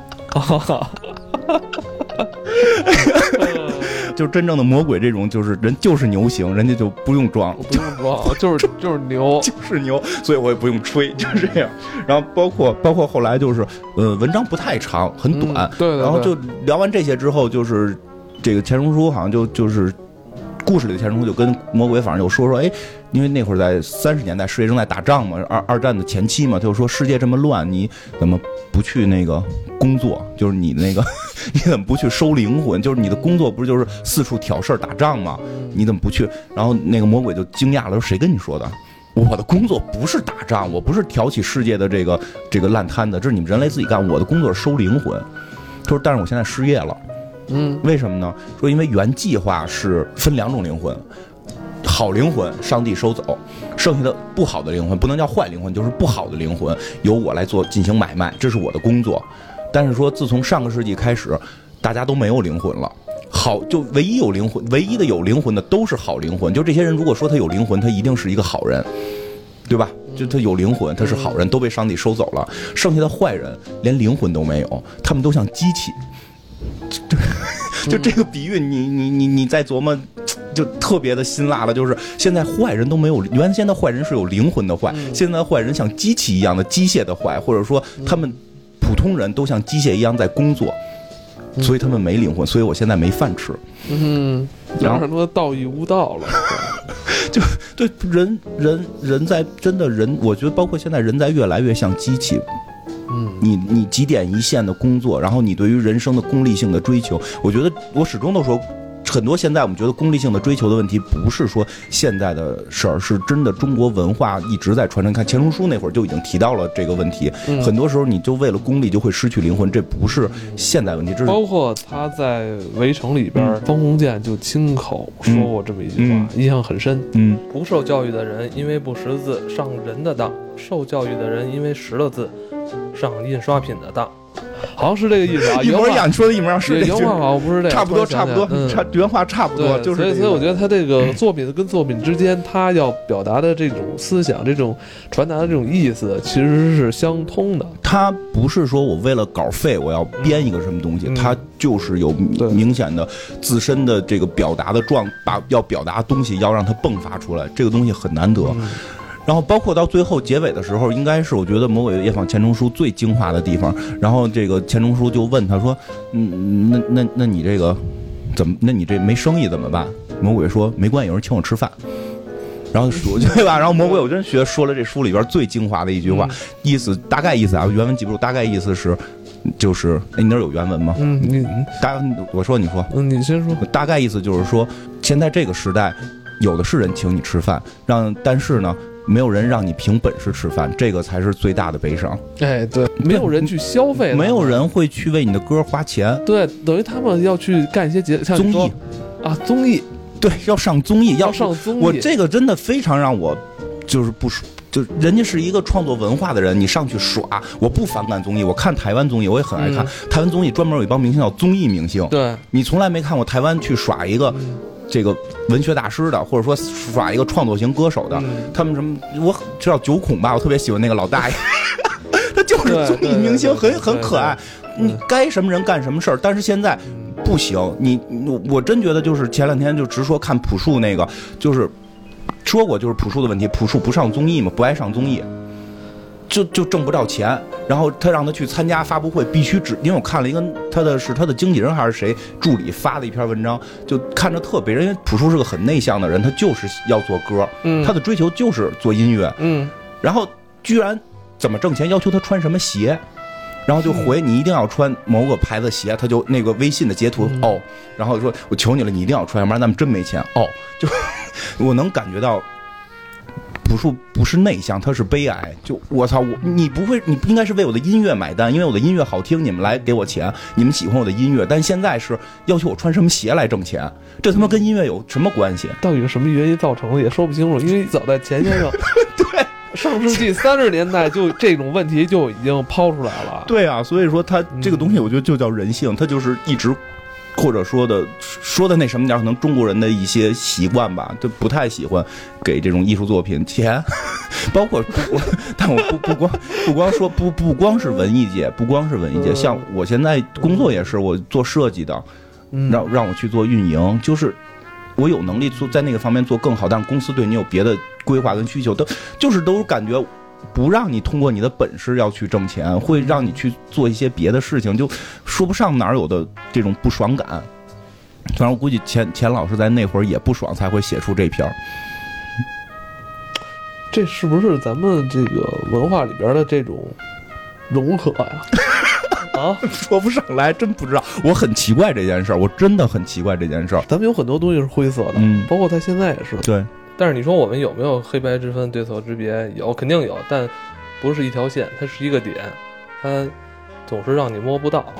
就是真正的魔鬼这种，就是人就是牛型，人家就不用装， 就是牛， 就是牛，所以我也不用吹，就是这样。然后包括后来就是文章不太长，很短， 对。 然后就聊完这些之后，就是这个钱钟书好像就是故事里的钱钟书就跟魔鬼反正就说，哎，因为那会儿在30年代世界正在打仗嘛，二战的前期嘛，他就说世界这么乱，你怎么不去那个工作？就是你那个你怎么不去收灵魂？就是你的工作不是就是四处挑事儿打仗吗？你怎么不去？然后那个魔鬼就惊讶了，说谁跟你说的？我的工作不是打仗，我不是挑起世界的这个烂摊子，这是你们人类自己干。我的工作是收灵魂。他说，但是我现在失业了。为什么呢？说因为原计划是分2种灵魂，好灵魂上帝收走，剩下的不好的灵魂，不能叫坏灵魂，就是不好的灵魂由我来进行买卖，这是我的工作。但是说自从上个世纪开始，大家都没有灵魂了。好，就唯一有灵魂的都是好灵魂。就这些人，如果说他有灵魂，他一定是一个好人，对吧？就他有灵魂，他是好人，都被上帝收走了。剩下的坏人连灵魂都没有，他们都像机器。就这个比喻，你再琢磨，就特别的辛辣了。就是现在坏人都没有，原先的坏人是有灵魂的坏，现在的坏人像机器一样的机械的坏，或者说他们普通人都像机械一样在工作，所以他们没灵魂，所以我现在没饭吃。 然后什么道义无道了。 就对人在真的人，我觉得包括现在人在越来越像机器。你几点一线的工作，然后你对于人生的功利性的追求，我觉得我始终都说，很多现在我们觉得功利性的追求的问题，不是说现在的事儿，是真的中国文化一直在传承。看钱钟书那会儿就已经提到了这个问题，很多时候你就为了功利就会失去灵魂，这不是现代问题。这是包括他在《围城》里边，方鸿渐就亲口说过这么一句话，印象很深。不受教育的人因为不识字上人的当，受教育的人因为识了字上印刷品的当。好像是这个意思啊， 一模一样，你说的一模一样，是原话好像不是这样， 差不多，原话差不多，就是。 所以我觉得他这个作品跟作品之间，他要表达的这种思想、这种传达的这种意思，其实是相通的。 他不是说我为了稿费我要编一个什么东西，他就是有明显的自身的这个表达的要表达东西要让它迸发出来，这个东西很难得。然后包括到最后结尾的时候，应该是我觉得《魔鬼夜访钱钟书》最精华的地方。然后这个钱钟书就问他说：“那你这个怎么？那你这没生意怎么办？”魔鬼说：“没关系，有人请我吃饭。”然后说对吧？然后魔鬼我真觉得说了这书里边最精华的一句话，大概意思啊，原文记不住，大概意思是。就是你那儿有原文吗？我说你说， 你先说。 大概意思就是说，现在这个时代，有的是人请你吃饭，但是呢，没有人让你凭本事吃饭，这个才是最大的悲伤。 哎，对，没有人去消费， 没有人会去为你的歌花钱。 对，等于他们要去干一些综艺啊，综艺， 对，要上综艺， 要上综艺。 我这个真的非常让我就是不舒服。就人家是一个创作文化的人，你上去耍，我不反感综艺，我看台湾综艺我也很爱看。台湾综艺专门有一帮明星叫综艺明星， 对， 你从来没看过台湾去耍一个这个文学大师的，或者说耍一个创作型歌手的，他们什么我知道九孔吧，我特别喜欢那个老大爷，他就是综艺明星，很可爱。你该什么人干什么事儿，但是现在不行。我真觉得就是前2天就直说看朴树那个就是。说过就是朴树的问题，朴树不上综艺嘛，不爱上综艺， 就挣不着钱，然后他让他去参加发布会，必须因为我看了一个他的经纪人还是谁助理发的一篇文章，就看着特别，因为朴树是个很内向的人，他就是要做歌，他的追求就是做音乐，然后居然怎么挣钱要求他穿什么鞋，然后就回你一定要穿某个牌子鞋，他就那个微信的截图然后说我求你了，你一定要穿，要不然咱们真没钱就我能感觉到。朴树不是内向，他是悲哀。就我操，你不应该是为我的音乐买单，因为我的音乐好听，你们来给我钱，你们喜欢我的音乐。但现在是要求我穿什么鞋来挣钱，这他妈跟音乐有什么关系？ 到底是什么原因造成的也说不清楚。因为早在钱先生对上世纪30年代就这种问题就已经抛出来了。 对啊，所以说他这个东西我觉得就叫人性，他就是一直。或者说的那什么点，可能中国人的一些习惯吧，就不太喜欢给这种艺术作品钱，包括但我不光是文艺界，像我现在工作也是，我做设计的，让我去做运营，就是我有能力做在那个方面做更好，但公司对你有别的规划跟需求，都感觉。不让你通过你的本事要去挣钱，会让你去做一些别的事情，就说不上哪儿有的这种不爽感。反正我估计钱老师在那会儿也不爽，才会写出这篇。 这是不是咱们这个文化里边的这种融合呀？啊， 说不上来，真不知道。我很奇怪这件事儿，我真的很奇怪这件事儿。 咱们有很多东西是灰色的，包括他现在也是。 对。 但是你说我们有没有黑白之分、对错之别？有，肯定有，但不是一条线，它是一个点，它总是让你摸不到。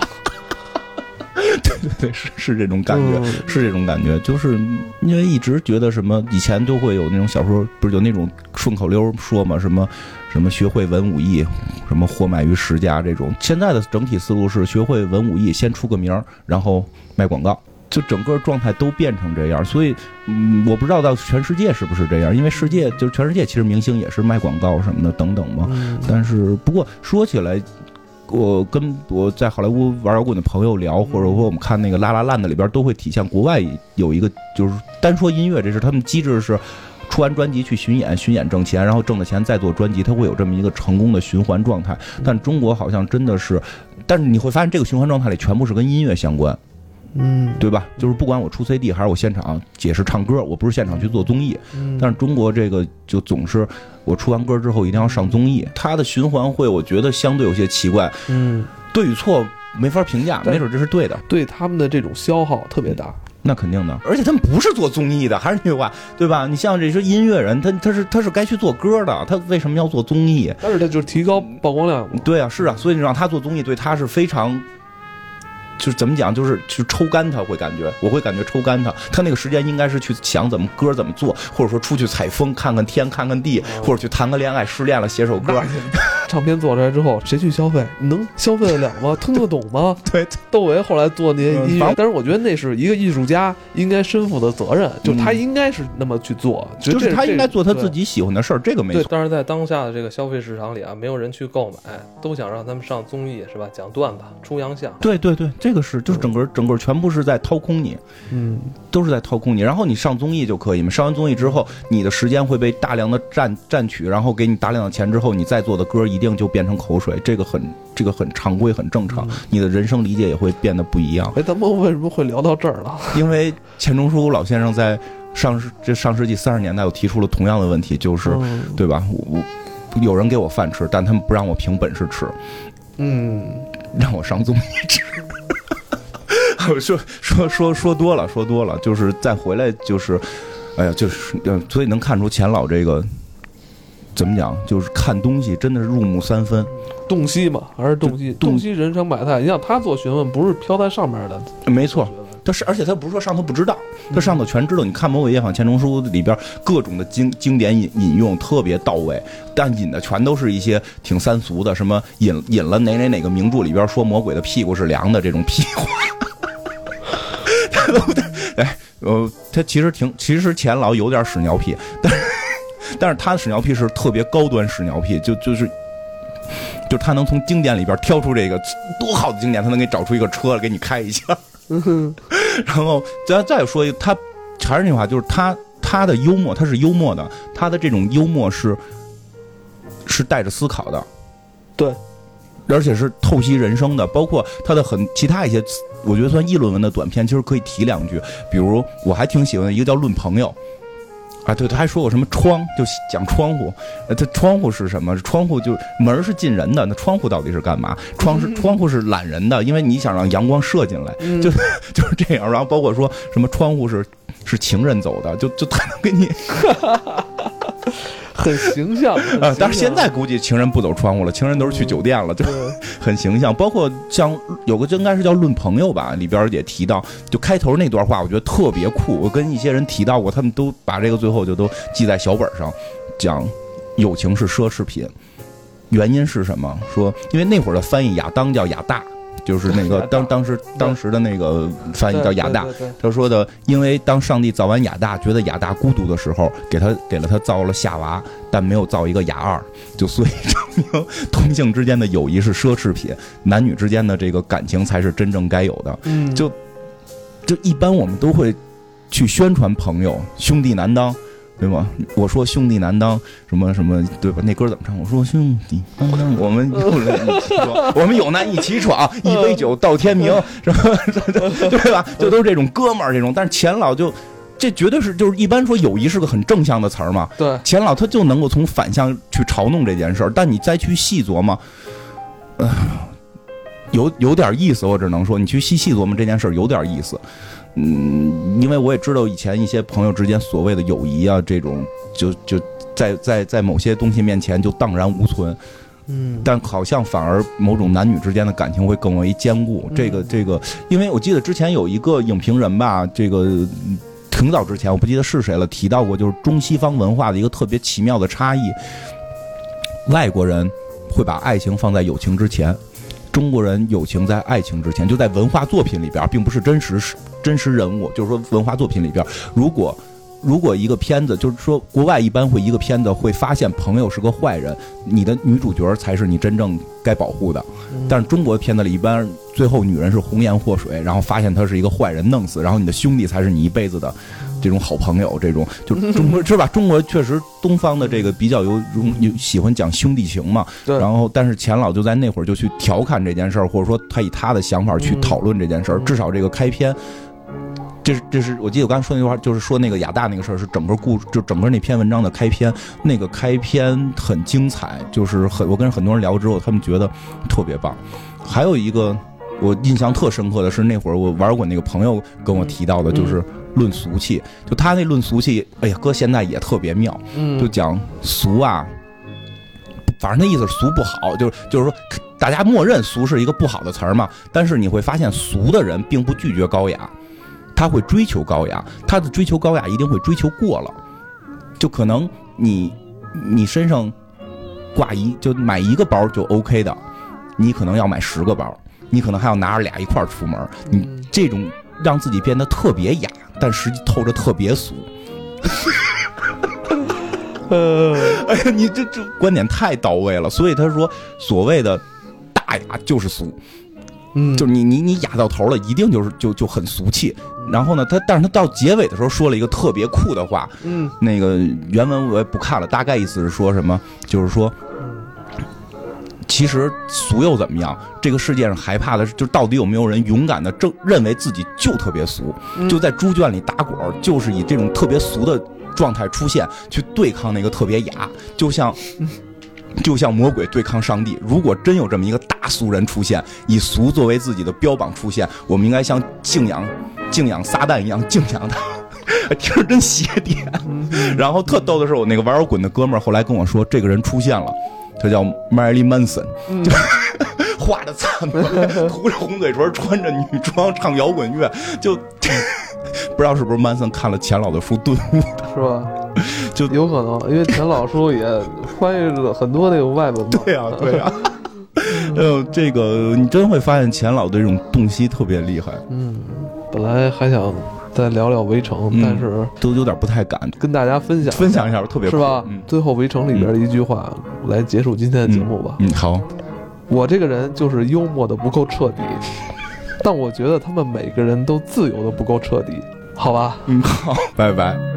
对，是这种感觉，是这种感觉，就是因为一直觉得什么以前都会有那种小说，不是有那种顺口溜说嘛，什么学会文武艺，什么活卖于十家这种。现在的整体思路是学会文武艺，先出个名，然后卖广告。就整个状态都变成这样，所以我不知道到全世界是不是这样，因为就是全世界其实明星也是卖广告什么的等等嘛。但是不过说起来，我跟我在好莱坞玩摇滚的朋友聊，或者说我们看那个拉拉烂的里边都会体现国外有一个就是单说音乐，这是他们机制是出完专辑去巡演挣钱，然后挣的钱再做专辑，它会有这么一个成功的循环状态。但中国好像真的是，但是你会发现这个循环状态里全部是跟音乐相关。对吧？就是不管我出 CD 还是我现场解释唱歌，我不是现场去做综艺，但是中国这个就总是我出完歌之后一定要上综艺，它的循环会我觉得相对有些奇怪，对与错没法评价，没准这是对的， 对他们的这种消耗特别大。 那肯定的，而且他们不是做综艺的，还是那句话，对吧？你像这些音乐人，他是该去做歌的，他为什么要做综艺？ 但是他就是提高曝光量。 对啊，是啊，所以你让他做综艺，对他是非常。就是怎么讲，就是去抽干他，我会感觉抽干他。他那个时间应该是去想歌怎么做，或者说出去采风，看看天，看看地，或者去谈个恋爱，失恋了写首歌。 唱片做出来之后，谁去消费？能消费得了吗？听得懂吗？ 对， 窦唯后来做那些音乐，但是我觉得那是一个艺术家应该身负的责任，就他应该是那么去做， 就是他应该做他自己喜欢的事儿，这个没错。 但是在当下的这个消费市场里啊，没有人去购买，都想让他们上综艺是吧？讲段子，出洋相。 对，这个是就是整个全部是在掏空你，都是在掏空你。然后你上综艺就可以嘛，上完综艺之后，你的时间会被大量的占取，然后给你大量的钱之后，你再做的歌一定就变成口水，这个很常规，很正常。你的人生理解也会变得不一样。 咱们为什么会聊到这儿了？ 因为钱钟书老先生在上世纪30年代，我提出了同样的问题，就是对吧？有人给我饭吃，但他们不让我凭本事吃，让我上综艺吃。说多了，就是再回来就是，哎呀，就是所以能看出钱老这个怎么讲，就是看东西真的是入木三分， 洞悉嘛，还是洞悉人生百态。你像他做学问，不是飘在上面的， 没错。而且他不是说上头不知道，他上头全知道。你看《魔鬼夜访钱钟书》里边各种的经典引用特别到位，但引的全都是一些挺三俗的，什么引了哪个名著里边说魔鬼的屁股是凉的这种屁话。他其实钱老有点屎尿屁，但是他的屎尿屁是特别高端屎尿屁，就是他能从经典里边挑出这个多好的经典，他能给找出一个车给你开一下。然后再说他还是那句话，就是他的幽默，他是幽默的，他的这种幽默是带着思考的。 对，而且是透析人生的，包括他的其他一些，我觉得算议论文的短片，其实可以提两句。比如我还挺喜欢的一个叫《论朋友》。啊，对，他还说过什么窗，就讲窗户。这窗户是什么？窗户就门是进人的，那窗户到底是干嘛？窗户是揽人的，因为你想让阳光射进来，就是这样。然后包括说什么窗户是情人走的，就他能给你很形象啊。但是现在估计情人不走窗户了，情人都是去酒店了，就很形象。包括像有个应该是叫《论朋友》吧，里边也提到，就开头那段话，我觉得特别酷。我跟一些人提到过，他们都把这个最后就都记在小本上，讲友情是奢侈品，原因是什么？说因为那会儿的翻译亚当叫亚大。就是那个当时的那个翻译叫亚大，他说的，因为当上帝造完亚大，觉得亚大孤独的时候，给了他造了夏娃，但没有造一个亚二，就所以证明同性之间的友谊是奢侈品，男女之间的这个感情才是真正该有的。就一般我们都会去宣传朋友，兄弟难当。对吗？我说兄弟难当，什么什么，对吧？那歌怎么唱？我说兄弟难当，我们有难一起闯，我们有难一起闯，一杯酒到天明，什么对吧？就都是这种哥们儿这种。但是钱老这绝对是就是一般说友谊是个很正向的词儿嘛。 对， 钱老他就能够从反向去嘲弄这件事儿，但你再去细琢磨，有点意思。我只能说，你去细琢磨这件事儿有点意思。因为我也知道以前一些朋友之间所谓的友谊啊，这种就在某些东西面前就荡然无存。但好像反而某种男女之间的感情会更为坚固。这个，因为我记得之前有一个影评人吧，这个挺早之前我不记得是谁了，提到过就是中西方文化的一个特别奇妙的差异。外国人会把爱情放在友情之前，中国人友情在爱情之前，就在文化作品里边，并不是真实人物，就是说文化作品里边，如果一个片子，就是说国外一般会一个片子会发现朋友是个坏人，你的女主角才是你真正该保护的。但是中国片子里一般最后女人是红颜祸水，然后发现她是一个坏人弄死，然后你的兄弟才是你一辈子的这种好朋友。这种就中国是吧？中国确实东方的这个比较有喜欢讲兄弟情嘛。然后但是钱老就在那会儿就去调侃这件事儿，或者说他以他的想法去讨论这件事儿。至少这个开篇。这是我记得我刚才说那句话，就是说那个亚大那个事儿是整个故事，就整个那篇文章的开篇。那个开篇很精彩，就是我跟很多人聊之后，他们觉得特别棒。还有一个我印象特深刻的是，那会儿我玩过那个朋友跟我提到的，就是论俗气。就他那论俗气，哎呀，搁现在也特别妙。就讲俗啊，反正那意思是俗不好，就是说大家默认俗是一个不好的词儿嘛。但是你会发现，俗的人并不拒绝高雅。他会追求高雅，他的追求高雅一定会追求过了。就可能你身上就买一个包就 OK 的，你可能要买10个包，你可能还要拿着俩一块出门。你这种让自己变得特别雅，但实际透着特别俗。哎呀，你这观点太到位了。所以他说，所谓的大雅就是俗。就是你雅到头了，一定就很俗气。然后呢，但是他到结尾的时候说了一个特别酷的话。那个原文我也不看了，大概意思是说什么，就是说，其实俗又怎么样？这个世界上害怕的是，就到底有没有人勇敢的认为自己就特别俗，就在猪圈里打滚，就是以这种特别俗的状态出现，去对抗那个特别雅，就像魔鬼对抗上帝。如果真有这么一个大俗人出现，以俗作为自己的标榜出现，我们应该像敬仰撒旦一样敬仰他。听着真邪典。然后特逗的是，我那个玩摇滚的哥们儿后来跟我说，这个人出现了，他叫 Marilyn Manson，就画着惨白，涂着红嘴唇，穿着女装，唱摇滚乐，就不知道是不是曼森看了钱老的书顿悟的， 是吧？就有可能，因为钱老书也翻译了很多那个外文嘛。 对呀，对呀。这个你真会发现钱老的这种洞悉特别厉害。 本来还想再聊聊围城，但是都有点不太敢跟大家分享一下， 特别是吧？最后围城里边的一句话来结束今天的节目吧。 好。 我这个人就是幽默的不够彻底，但我觉得他们每个人都自由的不够彻底，好吧？ 好，拜拜。